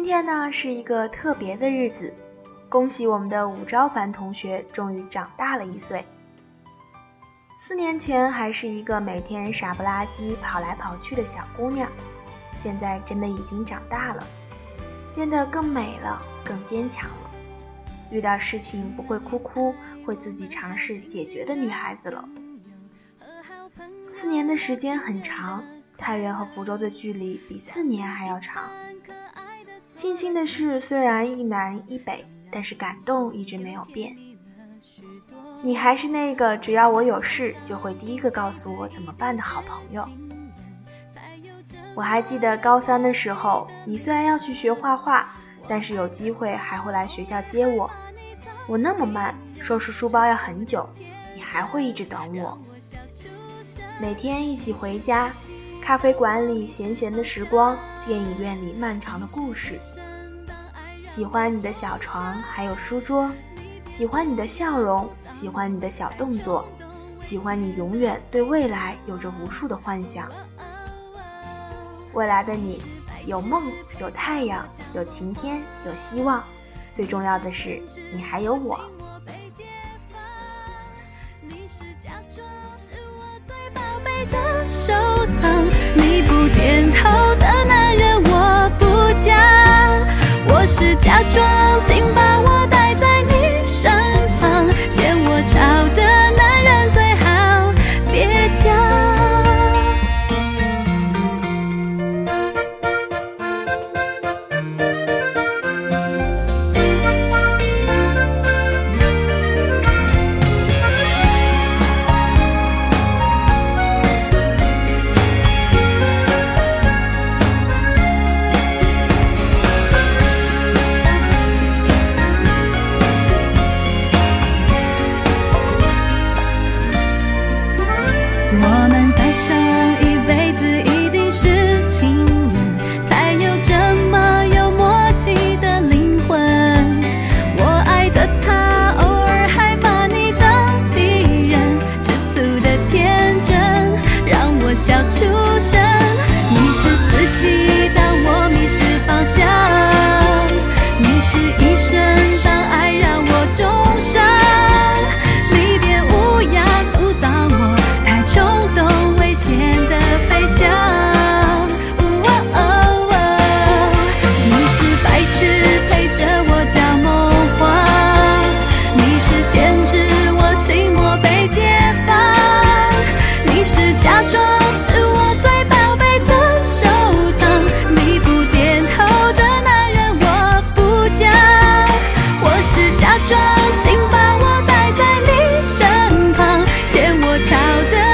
今天呢是一个特别的日子，恭喜我们的武昭凡同学终于长大了1岁。4年前还是一个每天傻不拉几跑来跑去的小姑娘，现在真的已经长大了，变得更美了，更坚强了。遇到事情不会哭，会自己尝试解决的女孩子了。4年的时间很长，太原和福州的距离比4年还要长。庆幸的是，虽然一南一北，但是感动一直没有变。你还是那个只要我有事就会第一个告诉我怎么办的好朋友。我还记得高3的时候，你虽然要去学画画，但是有机会还会来学校接我。我那么慢，收拾书包要很久，你还会一直等我。每天一起回家，咖啡馆里闲闲的时光，电影院里漫长的故事。喜欢你的小床还有书桌，喜欢你的笑容，喜欢你的小动作，喜欢你永远对未来有着无数的幻想。未来的你有梦，有太阳，有晴天，有希望，最重要的是你还有我。 的收藏，你不点头的男人我不嫁，我是假装，请把我带在你身旁，嫌我吵的男人最好别嫁。我们在上一辈子一定是情人，才有这么有默契的灵魂。我爱的他偶尔还把你当敌人，吃醋的天真让我笑出声。你是司机当我迷失方向，你是医生当爱让我重伤，你别乌鸦阻挡我冲动危险的飞翔，你是白痴陪着我叫梦话，你是限制我心魔被解放，你是假装是我最宝贝的收藏，你不点头的男人我不嫁，我是假装，请把我带在你身旁，嫌我吵的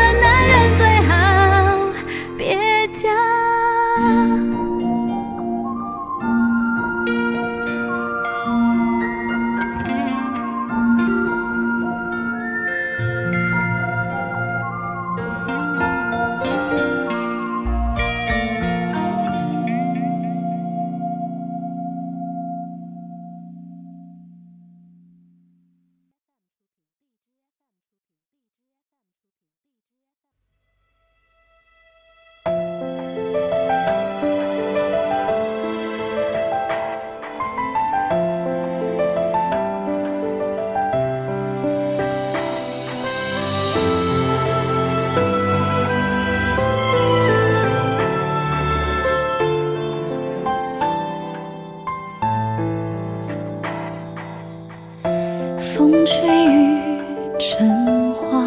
风吹雨成花，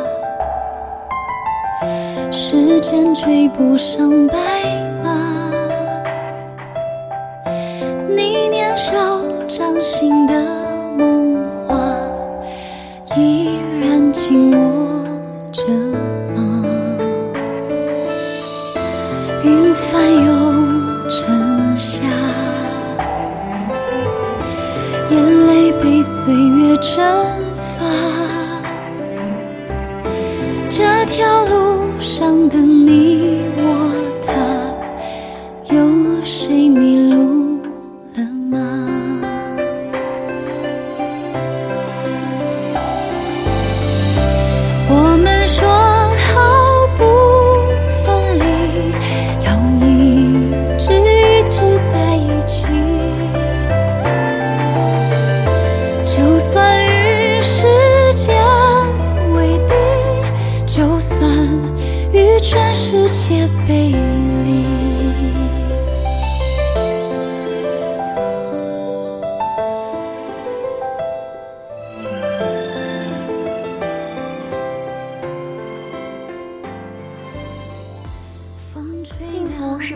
时间追不上白马，你年少掌心的梦话依然紧握着吗？云翻涌成夏，眼泪被岁月蒸发，这条路上的你我他，有谁迷路了吗？我们说好不分离，要一直在一起，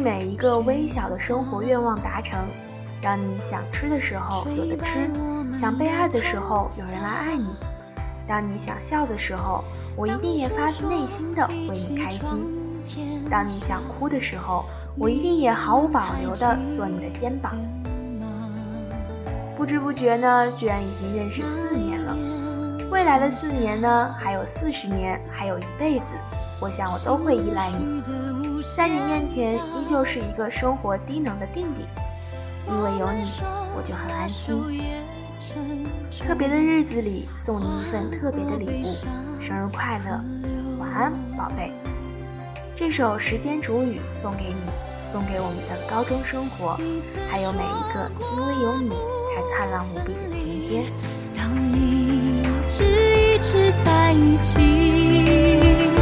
每一个微小的生活愿望达成，让你想吃的时候有得吃，想被爱的时候有人来爱你。当你想笑的时候，我一定也发自内心的为你开心。当你想哭的时候，我一定也毫无保留的做你的肩膀。不知不觉呢，居然已经认识4年了。未来的4年呢，还有40年，还有一辈子，我想我都会依赖你。在你面前依旧是一个生活低能的定底，因为有你，我就很安心。特别的日子里送你一份特别的礼物，生日快乐，晚安宝贝。这首时间煮雨送给你，送给我们的高中生活，还有每一个因为有你才灿烂无比的晴天。 要一直在一起。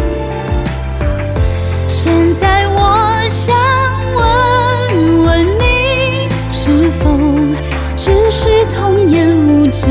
现在我想问问你，是否只是童言无忌？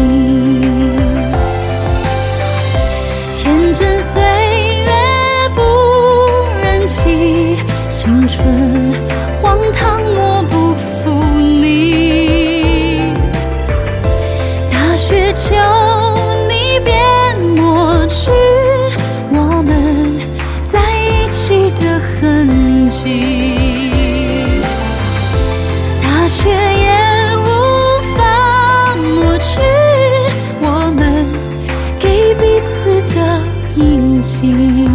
天真岁月不忍欺，青春荒唐我不负你。大雪求你别抹去我们在一起的痕迹，大雪也无法抹去我们给彼此的印记。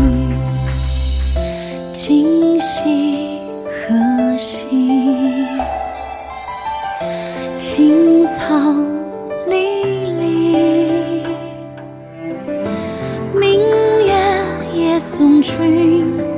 今夕何夕，青草离离，明月夜送君